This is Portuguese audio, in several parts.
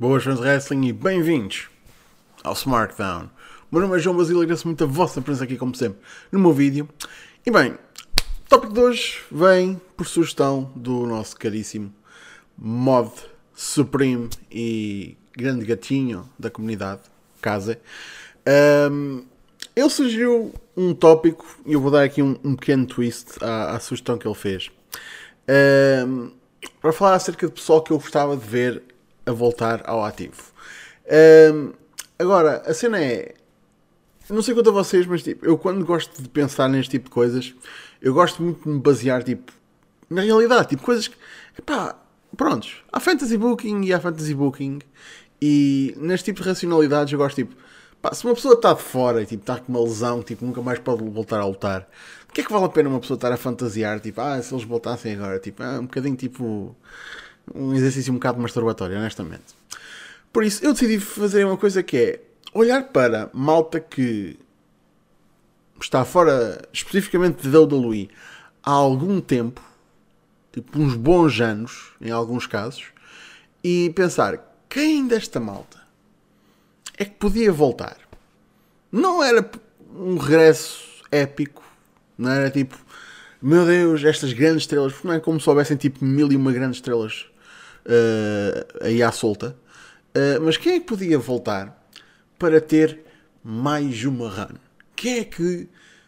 Boas fãs de wrestling e bem-vindos ao SmackDown. O meu nome é João Basílio e agradeço muito a vossa presença aqui, como sempre, no meu vídeo. E bem, o tópico de hoje vem por sugestão do nosso caríssimo Mod Supreme e grande gatinho da comunidade, Kaze. Ele sugeriu um tópico e eu vou dar aqui um pequeno twist à sugestão que ele fez. Para falar acerca do pessoal que eu gostava de ver a voltar ao ativo. Agora, a cena é... Não sei quanto a vocês, mas tipo, eu quando gosto de pensar neste tipo de coisas, eu gosto muito de me basear tipo, na realidade. Tipo, coisas que... Epá, prontos. Há fantasy booking e há fantasy booking. E neste tipo de racionalidades eu gosto tipo... Pá, se uma pessoa está de fora e tipo, está com uma lesão, tipo, nunca mais pode voltar a lutar, o que é que vale a pena uma pessoa estar a fantasiar? Tipo, se eles voltassem agora, tipo, um bocadinho tipo... Um exercício um bocado masturbatório, honestamente. Por isso, eu decidi fazer uma coisa que é olhar para malta que está fora, especificamente de WWE, há algum tempo, tipo uns bons anos, em alguns casos, e pensar, quem desta malta é que podia voltar? Não era um regresso épico, não era tipo, meu Deus, estas grandes estrelas, porque não é como se houvessem tipo 1001 grandes estrelas aí à solta. Mas quem é que podia voltar para ter mais uma run? Quem é que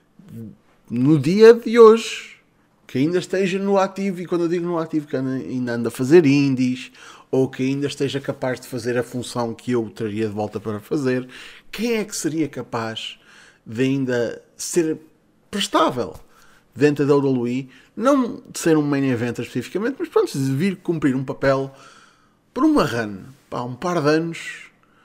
no dia de hoje que ainda esteja no ativo, e quando eu digo no ativo que ainda anda a fazer indies, ou que ainda esteja capaz de fazer a função que eu traria de volta para fazer, quem é que seria capaz de ainda ser prestável dentro da WWE, não de ser um main event especificamente, mas pronto, de vir cumprir um papel por uma run, pá, um par de anos,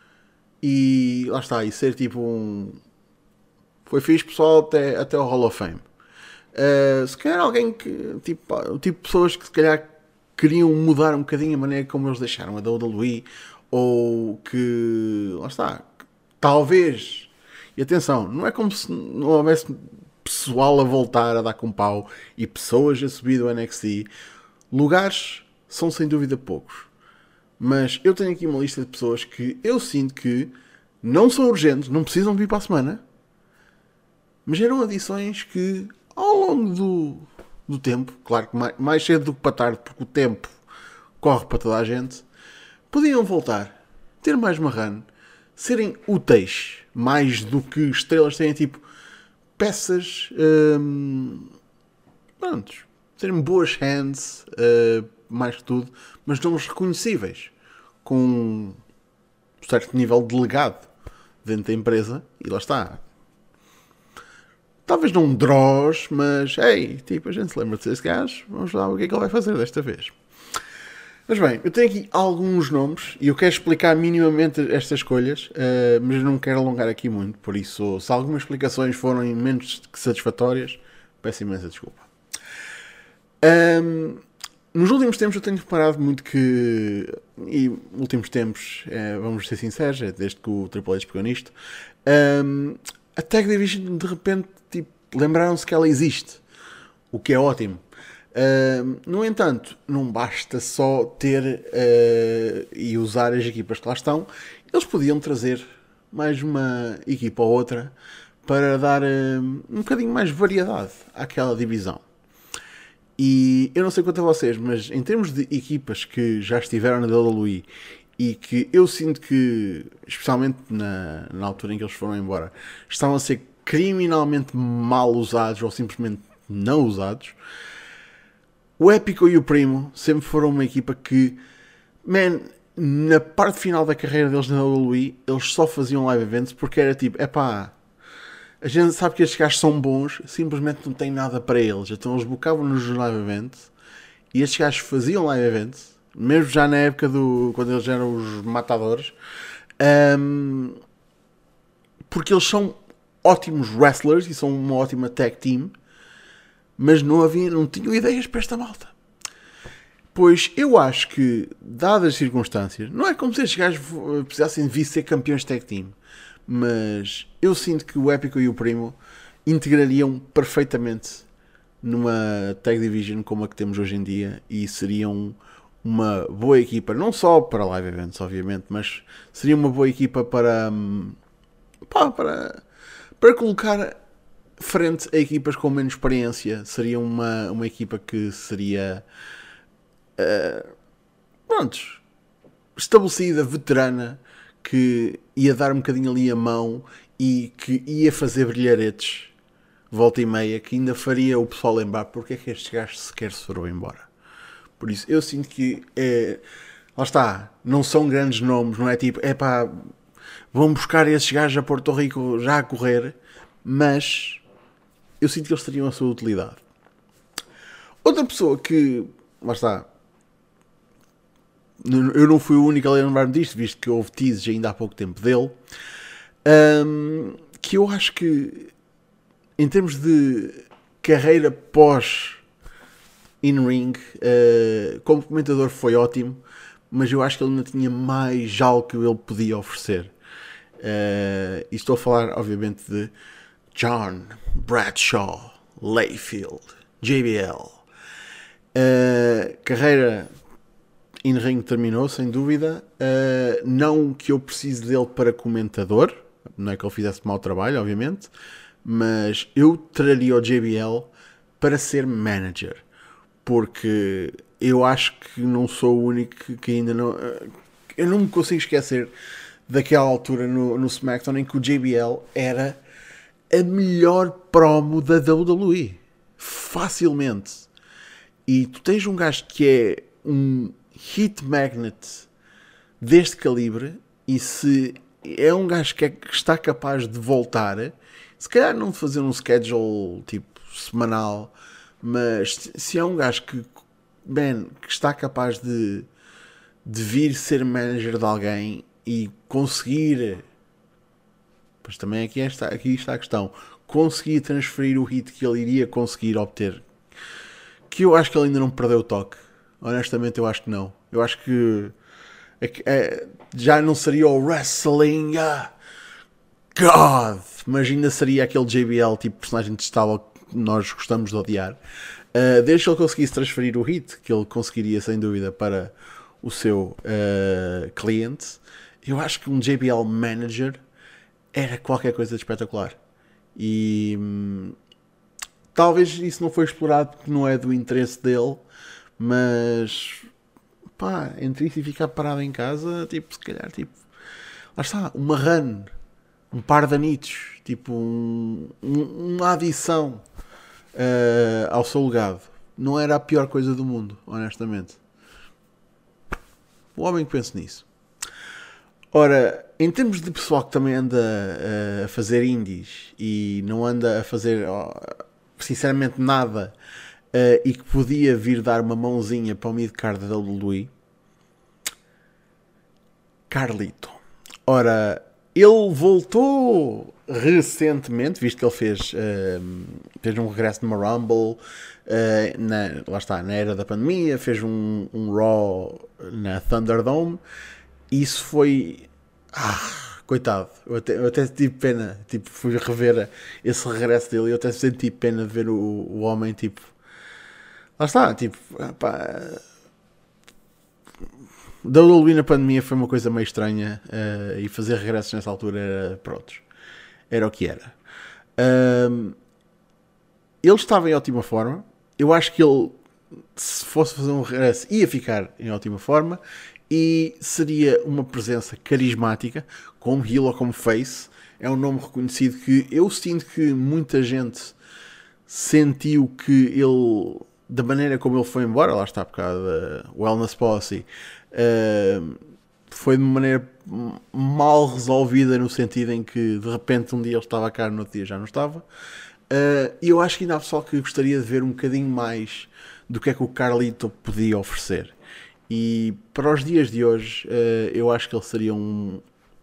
e lá está, e ser tipo um... Foi fixe, pessoal, até o Hall of Fame. Se calhar alguém que, tipo, o tipo de pessoas que se calhar queriam mudar um bocadinho a maneira como eles deixaram a WWE, ou que, lá está, talvez, e atenção, não é como se não houvesse pessoal a voltar a dar com pau e pessoas a subir do NXT. Lugares são sem dúvida poucos, mas eu tenho aqui uma lista de pessoas que eu sinto que não são urgentes, não precisam vir para a semana, mas eram adições que ao longo do tempo, claro que mais cedo do que para tarde, porque o tempo corre para toda a gente, podiam voltar, ter mais uma run, serem úteis mais do que estrelas, têm tipo peças, prontos, serem boas hands, mais que tudo, mas nomes reconhecíveis, com um certo nível de legado dentro da empresa, e lá está. Talvez não Dross, mas, ei, tipo, a gente se lembra desse gajo, vamos lá ver o que é que ele vai fazer desta vez. Mas bem, eu tenho aqui alguns nomes e eu quero explicar minimamente estas escolhas, mas não quero alongar aqui muito, por isso, se algumas explicações forem menos que satisfatórias, peço imensa desculpa. Nos últimos tempos eu tenho reparado muito que, e últimos tempos, vamos ser sinceros, desde que o Triple H pegou nisto, a Tag Division de repente tipo, lembraram-se que ela existe, o que é ótimo. No entanto, não basta só ter e usar as equipas que lá estão, eles podiam trazer mais uma equipa ou outra para dar um bocadinho mais variedade àquela divisão. E eu não sei quanto a vocês, mas em termos de equipas que já estiveram na WWE e que eu sinto que, especialmente na altura em que eles foram embora, estavam a ser criminalmente mal usados ou simplesmente não usados, o Épico e o Primo sempre foram uma equipa que, man, na parte final da carreira deles na WWE, eles só faziam live events porque era tipo, epá, a gente sabe que estes gajos são bons, simplesmente não tem nada para eles. Então eles bocavam-nos nos live events e estes gajos faziam live events, mesmo já na época quando eles eram os matadores, porque eles são ótimos wrestlers e são uma ótima tag team, mas não tinham ideias para esta malta. Pois eu acho que, dadas as circunstâncias, não é como se estes gajos precisassem vir ser campeões de tag team, mas eu sinto que o Épico e o Primo integrariam perfeitamente numa tag division como a que temos hoje em dia e seriam uma boa equipa, não só para live events, obviamente, mas seria uma boa equipa para colocar frente a equipas com menos experiência. Seria uma equipa que seria prontos, estabelecida, veterana, que ia dar um bocadinho ali a mão e que ia fazer brilharetes volta e meia, que ainda faria o pessoal lembrar porque é que estes gajos sequer se foram embora. Por isso, eu sinto que lá está, não são grandes nomes, não é tipo, vão buscar esses gajos a Porto Rico já a correr, mas eu sinto que eles teriam a sua utilidade. Outra pessoa que, lá está, eu não fui o único a lembrar-me disto, visto que houve teases ainda há pouco tempo dele, que eu acho que, em termos de carreira pós in-ring, como comentador foi ótimo, mas eu acho que ele ainda tinha mais algo que ele podia oferecer. E estou a falar, obviamente, de John Bradshaw Layfield, JBL. Carreira in-ring terminou, sem dúvida. Não que eu precise dele para comentador, não é que ele fizesse mau trabalho, obviamente, mas eu traria o JBL para ser manager, porque eu acho que não sou o único que ainda não... Eu não me consigo esquecer daquela altura no SmackDown em que o JBL era a melhor promo da WWE. Facilmente. E tu tens um gajo que é um hit magnet deste calibre, e se é um gajo que está capaz de voltar, se calhar não de fazer um schedule tipo semanal, mas se é um gajo que está capaz de vir ser manager de alguém e conseguir, pois também aqui está a questão, conseguir transferir o hit que ele iria conseguir obter, que eu acho que ele ainda não perdeu o toque. Honestamente, eu acho que não. Eu acho que já não seria o Wrestling God, mas ainda seria aquele JBL tipo personagem detestável que nós gostamos de odiar. Desde que ele conseguisse transferir o hit, que ele conseguiria sem dúvida para o seu cliente, eu acho que um JBL Manager era qualquer coisa de espetacular. E talvez isso não foi explorado porque não é do interesse dele, mas pá, entre isso e ficar parado em casa, tipo, se calhar, tipo, lá está, uma run, um par de anitos, tipo, uma adição ao seu legado. Não era a pior coisa do mundo, honestamente. O homem que pensa nisso. Ora, em termos de pessoal que também anda a fazer indies e não anda a fazer sinceramente nada, e que podia vir dar uma mãozinha para o mid-card da WWE, Carlito. Ora, ele voltou recentemente, visto que ele fez um regresso numa Rumble, lá está, na era da pandemia, fez um Raw na Thunderdome. Isso foi... coitado, eu até tive pena, tipo, fui rever esse regresso dele e eu até senti pena de ver o homem, tipo, lá está, tipo, pá, WWE na pandemia foi uma coisa meio estranha, e fazer regressos nessa altura era, pronto, era o que era. Ele estava em ótima forma. Eu acho que ele, se fosse fazer um regresso, ia ficar em ótima forma e seria uma presença carismática, como heel ou como face. É um nome reconhecido que eu sinto que muita gente sentiu que ele, da maneira como ele foi embora, lá está, por causa da Wellness Policy, foi de uma maneira mal resolvida, no sentido em que de repente um dia ele estava cá, no outro dia já não estava. E eu acho que ainda há pessoal que gostaria de ver um bocadinho mais do que é que o Carlito podia oferecer. E para os dias de hoje, eu acho que ele seria um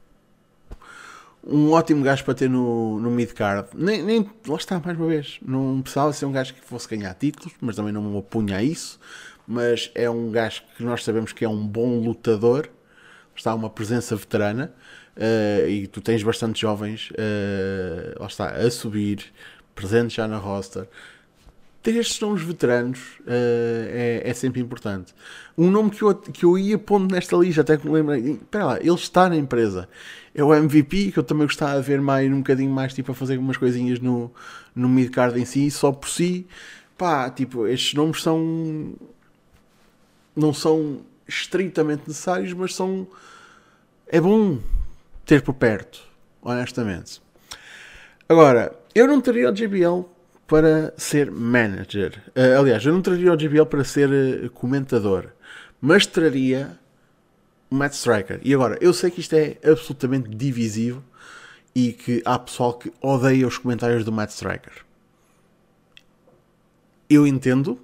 ótimo gajo para ter no mid-card. Nem, lá está, mais uma vez, não precisava ser um gajo que fosse ganhar títulos, mas também não me opunha a isso. Mas é um gajo que nós sabemos que é um bom lutador, está uma presença veterana, e tu tens bastante jovens lá está, a subir, presentes já na roster. ter estes nomes veteranos é sempre importante. Um nome que eu ia pondo nesta lista, até que me lembrei, espera lá, ele está na empresa. É o MVP, que eu também gostava de ver mais, um bocadinho mais, tipo, a fazer algumas coisinhas no mid-card em si, só por si. Pá, tipo, estes nomes não são estritamente necessários, mas é bom ter por perto, honestamente. Agora, eu não teria o JBL para ser manager. Aliás, eu não traria o JBL para ser comentador, mas traria o Matt Striker. E agora, eu sei que isto é absolutamente divisivo e que há pessoal que odeia os comentários do Matt Striker. Eu entendo.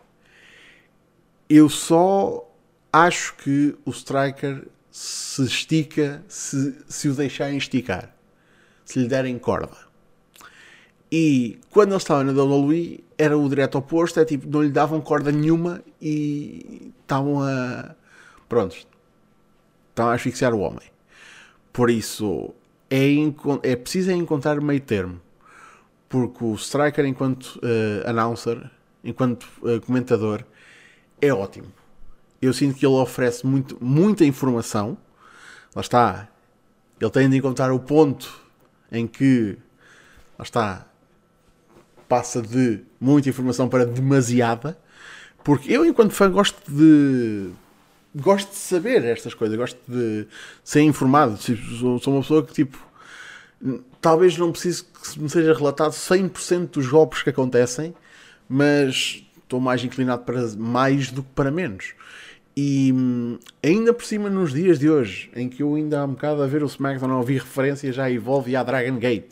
Eu só acho que o Striker se estica se o deixarem esticar. Se lhe derem corda. E quando ele estava na WWE era o direto oposto, é tipo, não lhe davam corda nenhuma e estavam prontos, estavam a asfixiar o homem. Por isso é preciso encontrar meio termo, porque o Striker enquanto announcer, enquanto comentador, é ótimo. Eu sinto que ele oferece muita informação. Lá está, ele tem de encontrar o ponto em que, lá está, passa de muita informação para demasiada, porque eu, enquanto fã, gosto de saber estas coisas, gosto de ser informado. Sou uma pessoa que, tipo, talvez não precise que me seja relatado 100% dos golpes que acontecem, mas estou mais inclinado para mais do que para menos. E ainda por cima, nos dias de hoje, em que eu ainda há um bocado a ver o SmackDown, a ouvir referências à Evolve e à Dragon Gate,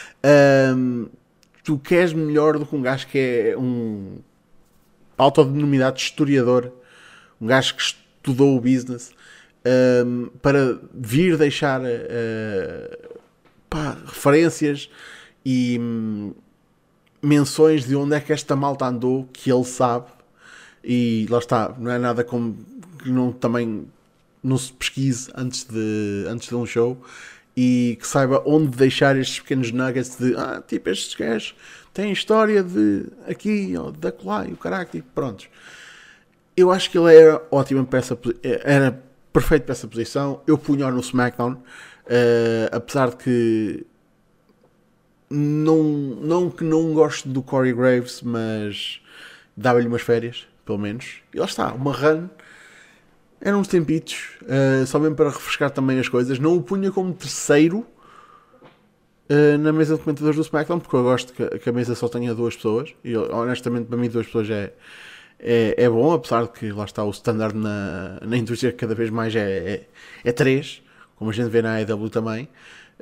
tu queres melhor do que um gajo que é um autodenominado historiador, um gajo que estudou o business, para vir deixar referências e menções de onde é que esta malta andou, que ele sabe. E lá está, não é nada como que também não se pesquise antes de um show, e que saiba onde deixar estes pequenos nuggets de tipo, estes gajos têm história de aqui ou de acolá e o caralho, tipo, prontos. Eu acho que ele era ótimo para era perfeito para essa posição. Eu punho-o no SmackDown, apesar de que não que não gosto do Corey Graves, mas dava-lhe umas férias, pelo menos. E lá está, uma run. Eram uns tempitos, só mesmo para refrescar também as coisas. Não o punha como terceiro na mesa de comentadores do SmackDown, porque eu gosto que a mesa só tenha duas pessoas. E honestamente, para mim, duas pessoas é bom, apesar de que lá está o standard na indústria, cada vez mais é três, como a gente vê na AEW também.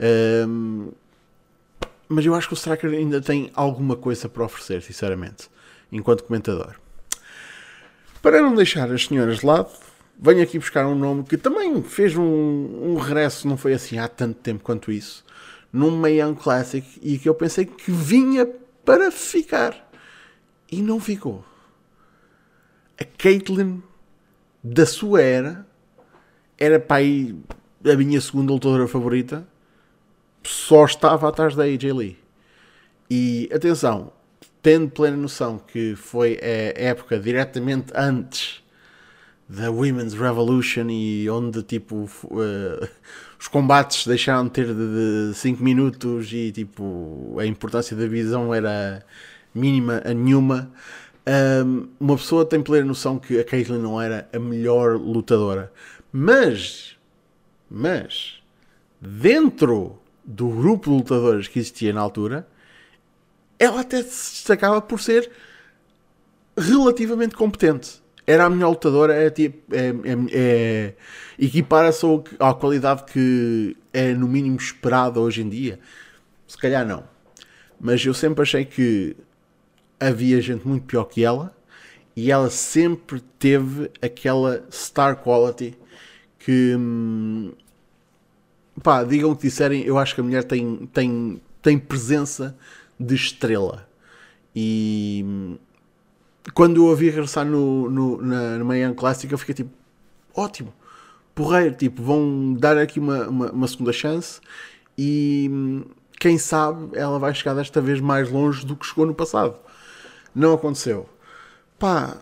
Mas eu acho que o Striker ainda tem alguma coisa para oferecer, sinceramente, enquanto comentador. Para não deixar as senhoras de lado, venho aqui buscar um nome que também fez um regresso, não foi assim há tanto tempo quanto isso, num Mae Young Classic, e que eu pensei que vinha para ficar. E não ficou. A Caitlyn, da sua era para aí a minha segunda lutadora favorita, só estava atrás da AJ Lee. E atenção, tendo plena noção que foi a época diretamente antes da Women's Revolution, e onde tipo os combates deixaram de ter de 5 minutos e tipo a importância da visão era mínima a nenhuma, uma pessoa tem plena noção que a Caitlyn não era a melhor lutadora, mas dentro do grupo de lutadores que existia na altura, ela até se destacava por ser relativamente competente. Era a melhor lutadora, equipara-se à qualidade que é no mínimo esperada hoje em dia. Se calhar não. Mas eu sempre achei que havia gente muito pior que ela, e ela sempre teve aquela star quality que, digam o que disserem, eu acho que a mulher tem presença de estrela. E quando eu a vi regressar na Mae Young Classic, eu fiquei tipo, ótimo, porreiro, tipo, vão dar aqui uma segunda chance, e quem sabe ela vai chegar desta vez mais longe do que chegou no passado. Não aconteceu. Pá,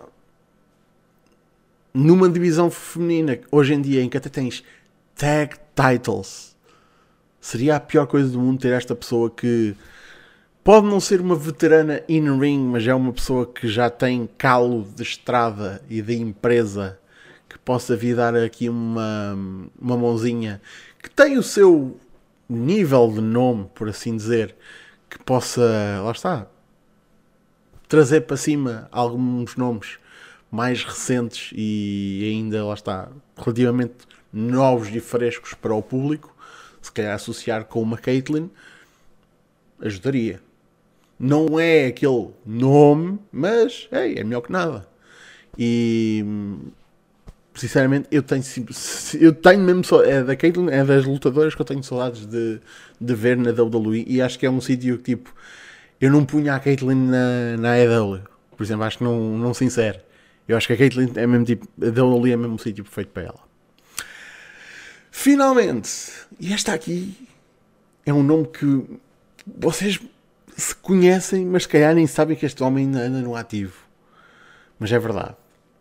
numa divisão feminina, hoje em dia, em que até tens tag titles, seria a pior coisa do mundo ter esta pessoa que pode não ser uma veterana in-ring, mas é uma pessoa que já tem calo de estrada e de empresa, que possa vir dar aqui uma mãozinha, que tem o seu nível de nome, por assim dizer, que possa, lá está, trazer para cima alguns nomes mais recentes e ainda, lá está, relativamente novos e frescos para o público. Se calhar associar com uma Caitlyn ajudaria. Não é aquele nome, mas é melhor que nada. E sinceramente eu tenho mesmo é da Caitlyn, é das lutadoras que eu tenho saudades de ver na WWE, e acho que é um sítio que tipo eu não punha a Caitlyn na AEW, por exemplo. Acho que não sincero, eu acho que a Caitlyn é mesmo tipo, a WWE é mesmo um sítio perfeito para ela. Finalmente, e esta aqui é um nome que vocês se conhecem, mas se calhar nem sabem que este homem ainda anda no ativo, mas é verdade.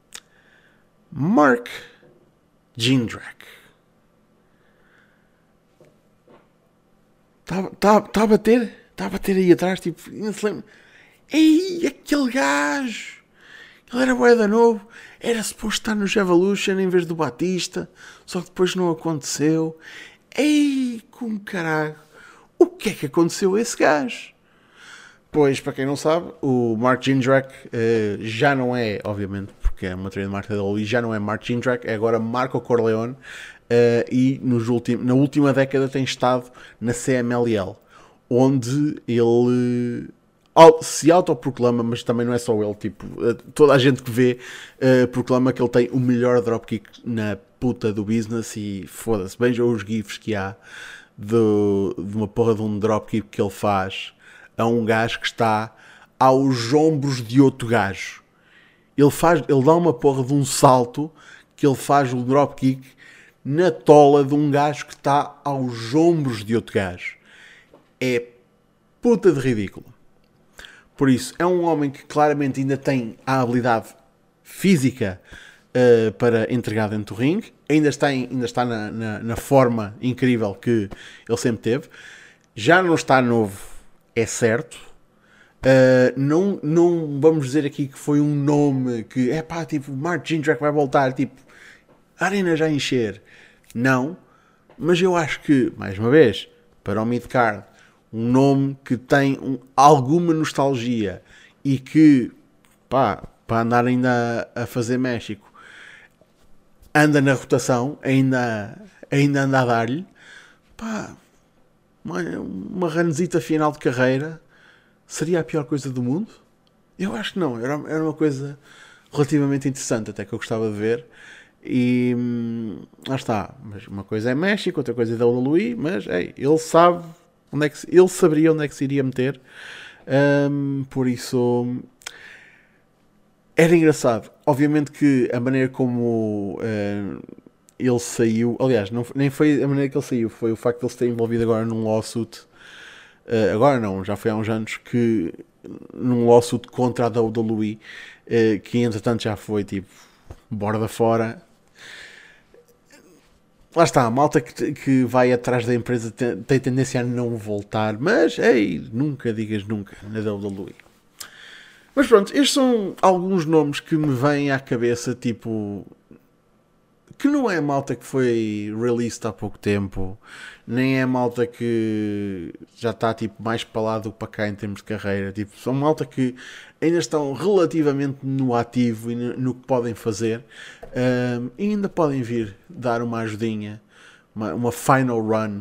Mark Jindrak. Está a bater aí atrás, tipo, não se lembra. Ei, aquele gajo! Ele era bué da novo, era suposto estar no Evolution em vez do Batista, só que depois não aconteceu. Ei, como caralho! O que é que aconteceu a esse gajo? Pois, para quem não sabe, o Mark Jindrak já não é, obviamente, porque é uma trademark da WWE, já não é Mark Jindrak, é agora Marco Corleone, e na última década tem estado na CMLL, onde ele se autoproclama, mas também não é só ele, tipo, toda a gente que vê proclama que ele tem o melhor dropkick na puta do business, e foda-se, vejam os gifs que há de uma porra de um dropkick que ele faz a um gajo que está aos ombros de outro gajo. Ele dá uma porra de um salto que ele faz o dropkick na tola de um gajo que está aos ombros de outro gajo. É puta de ridículo. Por isso, é um homem que claramente ainda tem a habilidade física para entregar dentro do ringue. Ainda está na forma incrível que ele sempre teve. Já não está novo, é certo. Não vamos dizer aqui que foi um nome que é pá, tipo, Mark Jindrak vai voltar, tipo, a arena já encher. Não, mas eu acho que, mais uma vez, para o midcard, um nome que tem alguma nostalgia e que, pá, para andar ainda a fazer México, anda na rotação, ainda anda a dar-lhe, pá, uma runzita final de carreira seria a pior coisa do mundo? Eu acho que não, era uma coisa relativamente interessante, até que eu gostava de ver. E lá está, mas uma coisa é México, outra coisa é da WWE, mas ele sabe ele saberia onde é que se iria meter. Por isso era engraçado. Obviamente que a maneira como ele saiu, aliás, nem foi a maneira que ele saiu, foi o facto de ele se ter envolvido agora num lawsuit. Agora não, já foi há uns anos, que num lawsuit contra a WWE, que entretanto já foi tipo borda fora. Lá está, a malta que vai atrás da empresa tem tendência a não voltar, mas nunca digas nunca na WWE. Mas pronto, estes são alguns nomes que me vêm à cabeça, tipo, que não é malta que foi released há pouco tempo, nem é malta que já está tipo mais para lá do que para cá em termos de carreira. Tipo, são malta que ainda estão relativamente no ativo e no que podem fazer, e ainda podem vir dar uma ajudinha, uma final run,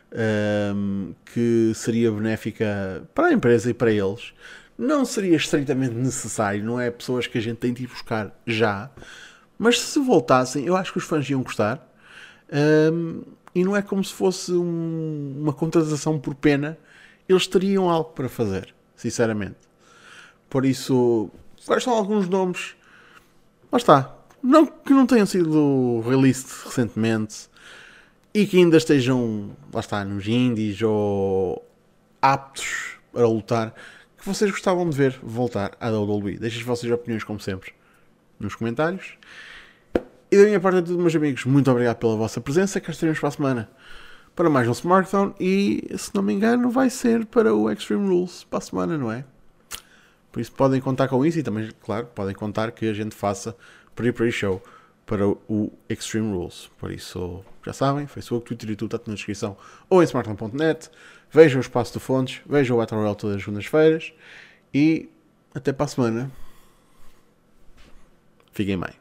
que seria benéfica para a empresa e para eles. Não seria estritamente necessário, não é pessoas que a gente tem de ir buscar já, mas se voltassem, eu acho que os fãs iam gostar. E não é como se fosse uma contratação por pena. Eles teriam algo para fazer, sinceramente. Por isso, quais são alguns nomes? Lá está. Que não tenham sido released recentemente e que ainda estejam, lá está, nos indies ou aptos para lutar, que vocês gostavam de ver voltar à WWE. Deixem as vossas opiniões, como sempre, nos comentários. E da minha parte é tudo, meus amigos. Muito obrigado pela vossa presença. Cá estaremos para a semana para mais um Smartphone. E, se não me engano, vai ser para o Extreme Rules para a semana, não é? Por isso podem contar com isso. E também, claro, podem contar que a gente faça pre-show para o Extreme Rules. Por isso, já sabem, Facebook, Twitter e tudo está na descrição ou em smartphone.net. Vejam o Espaço do Fontes, vejam o Battle Royale todas as segundas-feiras e até para a semana. Fiquem bem.